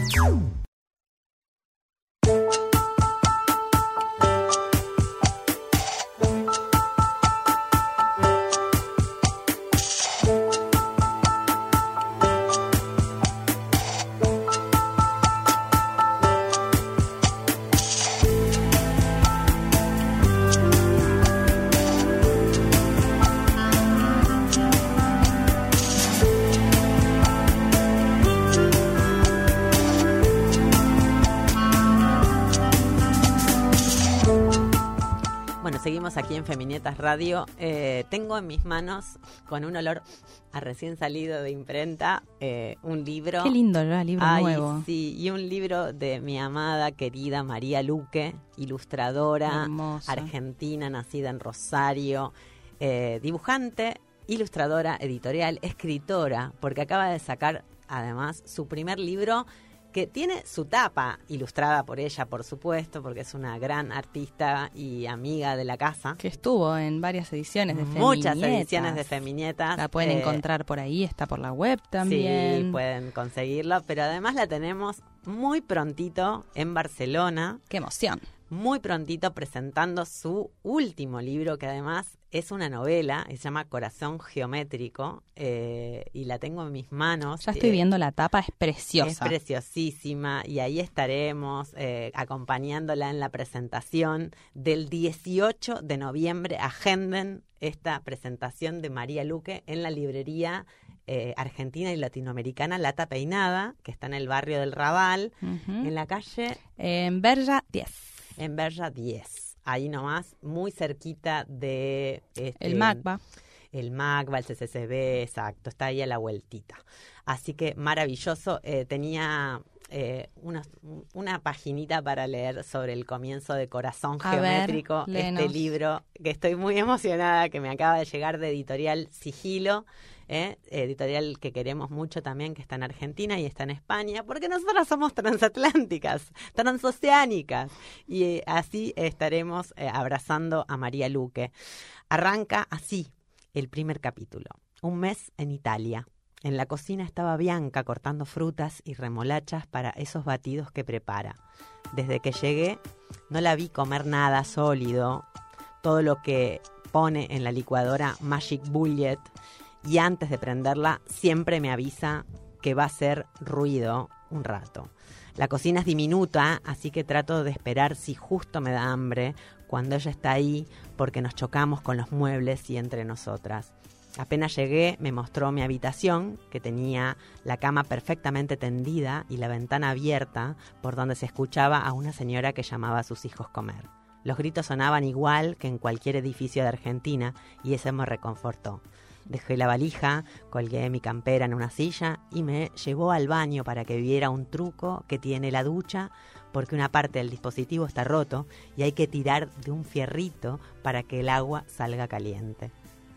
Seguimos aquí en Femiñetas Radio. Eh, tengo en mis manos, con un olor a recién salido de imprenta, eh, un libro. Qué lindo olor a libro Ay, nuevo. Sí, y un libro de mi amada, querida María Luque, ilustradora Hermosa. argentina, nacida en Rosario, eh, dibujante, ilustradora, editorial, escritora, porque acaba de sacar además su primer libro, que tiene su tapa ilustrada por ella, por supuesto, porque es una gran artista y amiga de la casa. Que estuvo en varias ediciones de Muchas Femiñetas. ediciones de Femiñetas. La pueden eh, encontrar por ahí, está por la web también. Sí, pueden conseguirlo, pero además la tenemos muy prontito en Barcelona. ¡Qué emoción! Muy prontito presentando su último libro, que además es una novela, se llama Corazón Geométrico, eh, y la tengo en mis manos. Ya estoy eh, viendo la tapa, es preciosa. Es preciosísima, y ahí estaremos eh, acompañándola en la presentación del dieciocho de noviembre. Agenden esta presentación de María Luque en la librería eh, argentina y latinoamericana Lata Peinada, que está en el barrio del Raval, Ujú. en la calle... En Berja diez. En Berja diez, ahí nomás, muy cerquita de... Este, El MACBA. El MACBA, el C C C B, exacto, está ahí a la vueltita. Así que maravilloso, eh, tenía eh, una, una paginita para leer sobre el comienzo de Corazón A Geométrico, ver, este léenos. libro que estoy muy emocionada, que me acaba de llegar de Editorial Sigilo, ¿eh? Editorial que queremos mucho también, que está en Argentina y está en España, porque nosotras somos transatlánticas, transoceánicas, y eh, así estaremos eh, abrazando a María Luque. Arranca así el primer capítulo. Un mes en Italia. En la cocina estaba Bianca cortando frutas y remolachas para esos batidos que prepara. Desde que llegué no la vi comer nada sólido, todo lo que pone en la licuadora Magic Bullet, y antes de prenderla siempre me avisa que va a hacer ruido un rato. La cocina es diminuta, así que trato de esperar si justo me da hambre cuando ella está ahí, porque nos chocamos con los muebles y entre nosotras. Apenas llegué, me mostró mi habitación, que tenía la cama perfectamente tendida y la ventana abierta, por donde se escuchaba a una señora que llamaba a sus hijos comer. Los gritos sonaban igual que en cualquier edificio de Argentina, y eso me reconfortó. Dejé la valija, colgué mi campera en una silla y me llevó al baño para que viera un truco que tiene la ducha, porque una parte del dispositivo está roto y hay que tirar de un fierrito para que el agua salga caliente.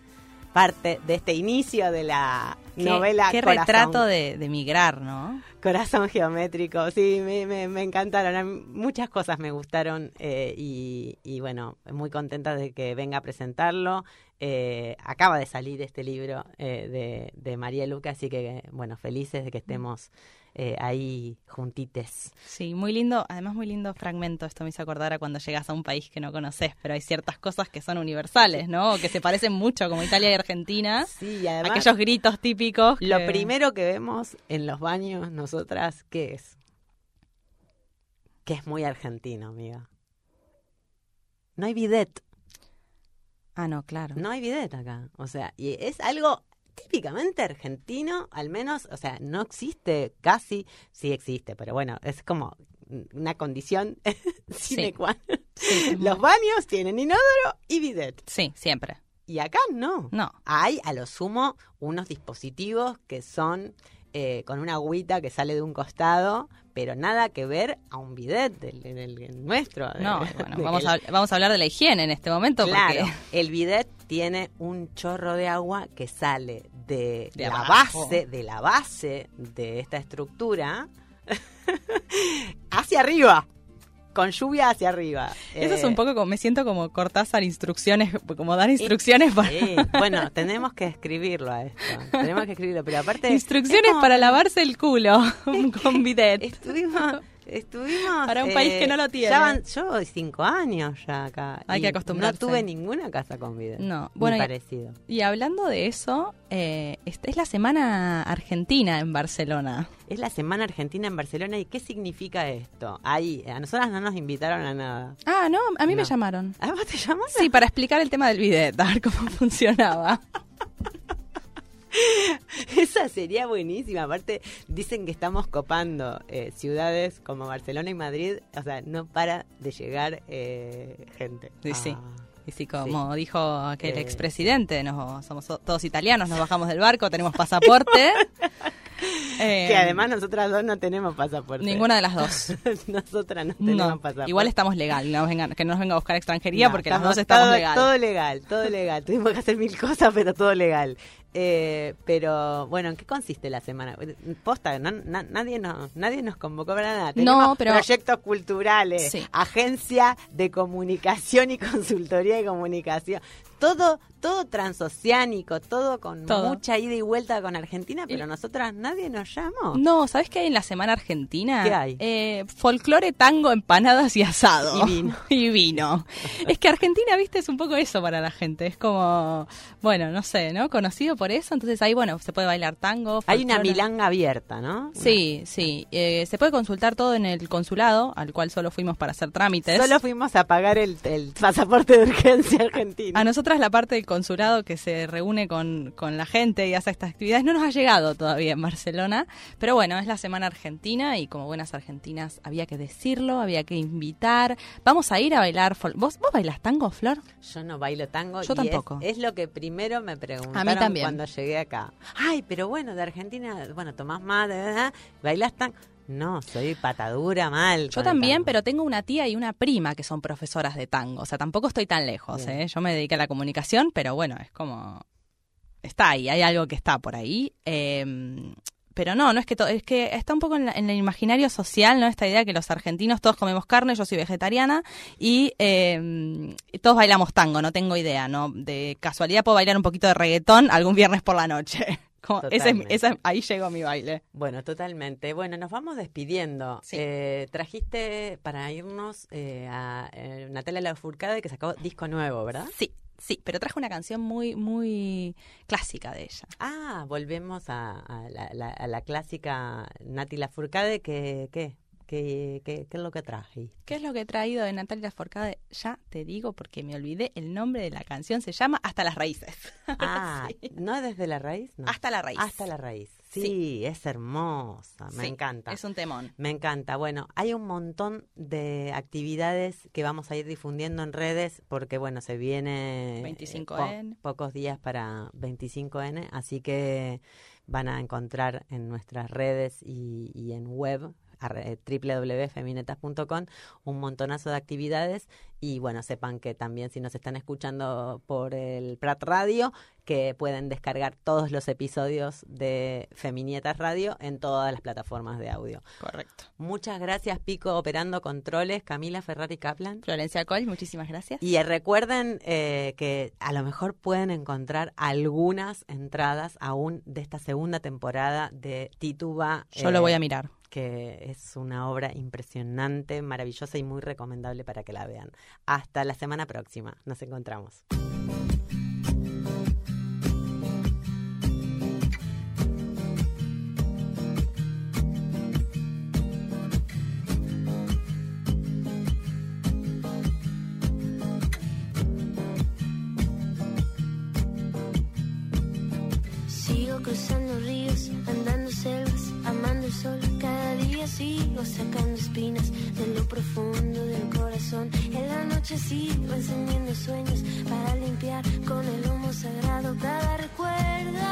Parte de este inicio de la Qué, novela qué Corazón. retrato de, de migrar, ¿no? Corazón Geométrico, sí, me, me, me encantaron, muchas cosas me gustaron, eh, y, y bueno, muy contenta de que venga a presentarlo. Eh, acaba de salir este libro eh, de, de María Luque, así que bueno, felices de que estemos eh, ahí juntites. Sí, muy lindo, además muy lindo fragmento. Esto me hizo acordar a cuando llegas a un país que no conoces, pero hay ciertas cosas que son universales, ¿no? O que se parecen mucho, como Italia y Argentina. Sí, y además aquellos gritos típicos. lo que- primero que vemos en los baños nosotras, ¿qué es? Que es muy argentino, amiga. No hay bidet. Ah, no, claro. No hay bidet acá. O sea, y es algo típicamente argentino, al menos, o sea, no existe casi, sí existe, pero bueno, es como una condición sine Sí. qua non. Sí, es Los muy- baños tienen inodoro y bidet. Sí, siempre. Y acá no. No. Hay, a lo sumo, unos dispositivos que son eh, con una agüita que sale de un costado, pero nada que ver a un bidet del, del- del nuestro. No, de- bueno, de- vamos el- a, vamos a hablar de la higiene en este momento. Claro, Porque... el bidet tiene un chorro de agua que sale de, De la abajo. base, de la base de esta estructura hacia arriba, con lluvia hacia arriba. Eso Eh, es un poco como, me siento como Cortázar instrucciones, como dar instrucciones para... sí, bueno, tenemos que escribirlo a esto. Tenemos que escribirlo, pero aparte... Instrucciones es como- para lavarse el culo con bidet. Estuvimos... Estuvimos... Para un país que no lo tiene. Ya van, yo voy cinco años ya acá. Hay y que acostumbrarse. No tuve ninguna casa con video. No, Ni bueno, y- parecido. Y hablando de eso, eh, esta es la semana argentina en Barcelona. Es la Semana Argentina en Barcelona. ¿Y qué significa esto? Ahí, a nosotras no nos invitaron a nada. Ah, no, a mí No. me llamaron. ¿Ah, vos te llamas? Sí, para explicar el tema del bidet, a ver cómo funcionaba. Esa sería buenísima. Aparte, dicen que estamos copando eh, ciudades como Barcelona y Madrid. O sea, no para de llegar eh, gente. Sí, sí. Ah. Y sí, como dijo aquel Eh, expresidente, nos, somos so- todos italianos, nos bajamos del barco, tenemos pasaporte. Eh, Que además nosotras dos no tenemos pasaporte. Ninguna de las dos. Nosotras no tenemos No, pasaporte. igual estamos legal, no nos vengan- que no nos venga a buscar extranjería No, porque los dos estamos todo, legal. Todo legal, todo legal. Tuvimos que hacer mil cosas, pero todo legal. Eh, pero, bueno, ¿en qué consiste la semana? Posta, no- na- nadie, nos, nadie nos convocó para nada. Tenemos pero- proyectos culturales, Sí. agencia de comunicación y consultoría de comunicación. Todo, todo transoceánico, todo con Todo. mucha ida y vuelta con Argentina, pero Y- nosotras nadie nos llamó. No, ¿sabes qué hay en la Semana Argentina? ¿Qué hay? Eh, folclore, tango, empanadas y asado. Y vino. Y vino. Es que Argentina, viste, es un poco eso para la gente. Es como, bueno, no sé, ¿no? Conocido por eso. Entonces ahí, bueno, se puede bailar tango. Hay una folclore. milanga abierta, ¿no? Sí, sí. Eh, se puede consultar todo en el consulado, al cual solo fuimos para hacer trámites. Solo fuimos a pagar el, el pasaporte de urgencia argentino. A nosotras la parte del consulado que se reúne con, con la gente y hace estas actividades no nos ha llegado todavía en Barcelona, pero bueno, es la Semana Argentina y como buenas argentinas había que decirlo, había que invitar. Vamos a ir a bailar. fol- ¿Vos, vos bailas tango, Flor? Yo no bailo tango. Yo y tampoco. Es, es lo que primero me preguntaron A mí también. cuando llegué acá. Ay, pero bueno, de Argentina, bueno, tomás más, de verdad, ¿bailás tango? No, soy patadura mal. Yo con el también, tango. pero tengo una tía y una prima que son profesoras de tango, o sea, tampoco estoy tan lejos, Bien. ¿eh? Yo me dediqué a la comunicación, pero bueno, es como... Está ahí, hay algo que está por ahí. Eh, pero no, no es que to- es que está un poco en, la- en el imaginario social, ¿no? Esta idea que los argentinos todos comemos carne, yo soy vegetariana y eh, todos bailamos tango, no tengo idea, ¿no? De casualidad puedo bailar un poquito de reggaetón algún viernes por la noche. Como, ese, es mi- Totalmente. esa- ahí llegó mi baile. Bueno, totalmente. Bueno, nos vamos despidiendo. Sí. Eh, trajiste para irnos eh, a eh, Natalia Lafourcade, que sacó disco nuevo, ¿verdad? Sí, sí, pero traje una canción muy, muy clásica de ella. Ah, volvemos a, a la, la- a la clásica Nati Lafourcade, que, ¿qué? ¿Qué, qué, qué es lo que traje? ¿Qué es lo que he traído de Natalia Lafourcade? Ya te digo porque me olvidé el nombre de la canción. Se llama Hasta las Raíces. Ah, Sí. ¿no desde la raíz? No. Hasta la Raíz. Hasta la raíz. Sí, Sí. es hermosa, me Sí, encanta. Es un temón. Me encanta. Bueno, hay un montón de actividades que vamos a ir difundiendo en redes porque, bueno, se viene... veinticinco eh, ene. po- pocos días para veinticinco ene, así que van a encontrar en nuestras redes y, y en web doble u doble u doble u punto feminetas punto com un montonazo de actividades y bueno, sepan que también si nos están escuchando por el Prat Radio, que pueden descargar todos los episodios de Feminietas Radio en todas las plataformas de audio. Correcto. Muchas gracias, Pico, operando controles, Camila Ferrari Kaplan. Florencia Coll, muchísimas gracias. Y eh, recuerden eh, que a lo mejor pueden encontrar algunas entradas aún de esta segunda temporada de Tituba. Yo eh, lo voy a mirar. que es una obra impresionante, maravillosa y muy recomendable para que la vean. Hasta la semana próxima. Nos encontramos. Sigo cruzando ríos, andando selvas, amando el sol. Cada día sigo sacando espinas de lo profundo del corazón. En la noche sigo encendiendo sueños para limpiar con el humo sagrado cada recuerdo.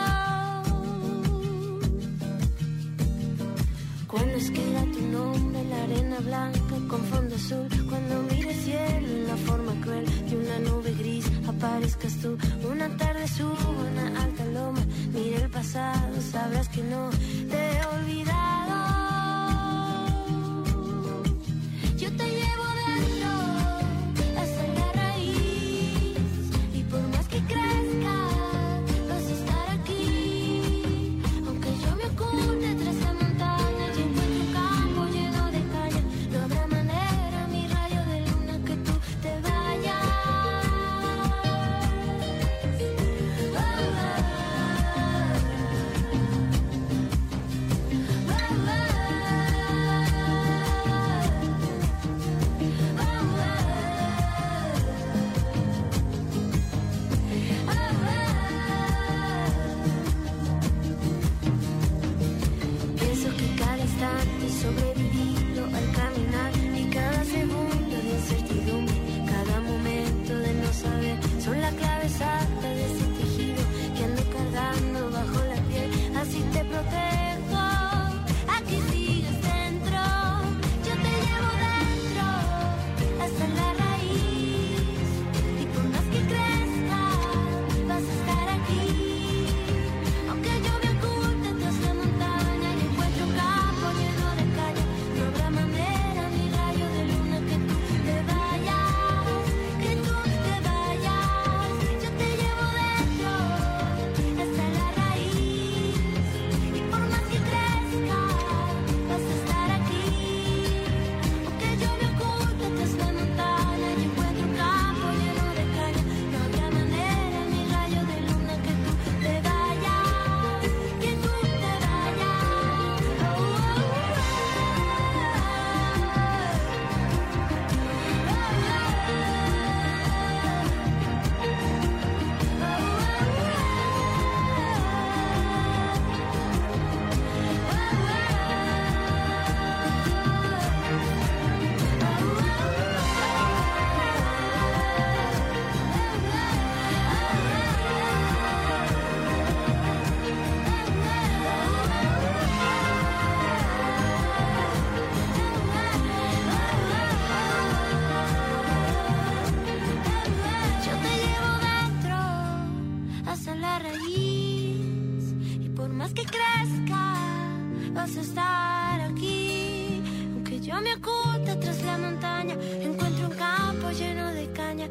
Cuando escriba tu nombre en la arena blanca con fondo azul, cuando mire el cielo en la forma cruel de una nube gris, aparezcas tú. Una tarde subo una alta loma, mire el pasado, sabrás que no te he olvidado. Yo te llevo de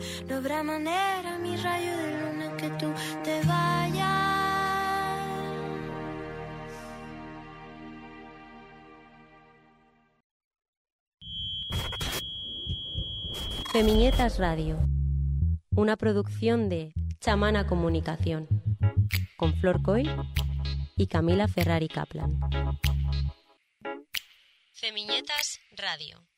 No habrá manera, mi rayo de luna, que tú te vayas. Femiñetas Radio, una producción de Chamana Comunicación, con Flor Coy y Camila Ferrari Kaplan. Femiñetas Radio.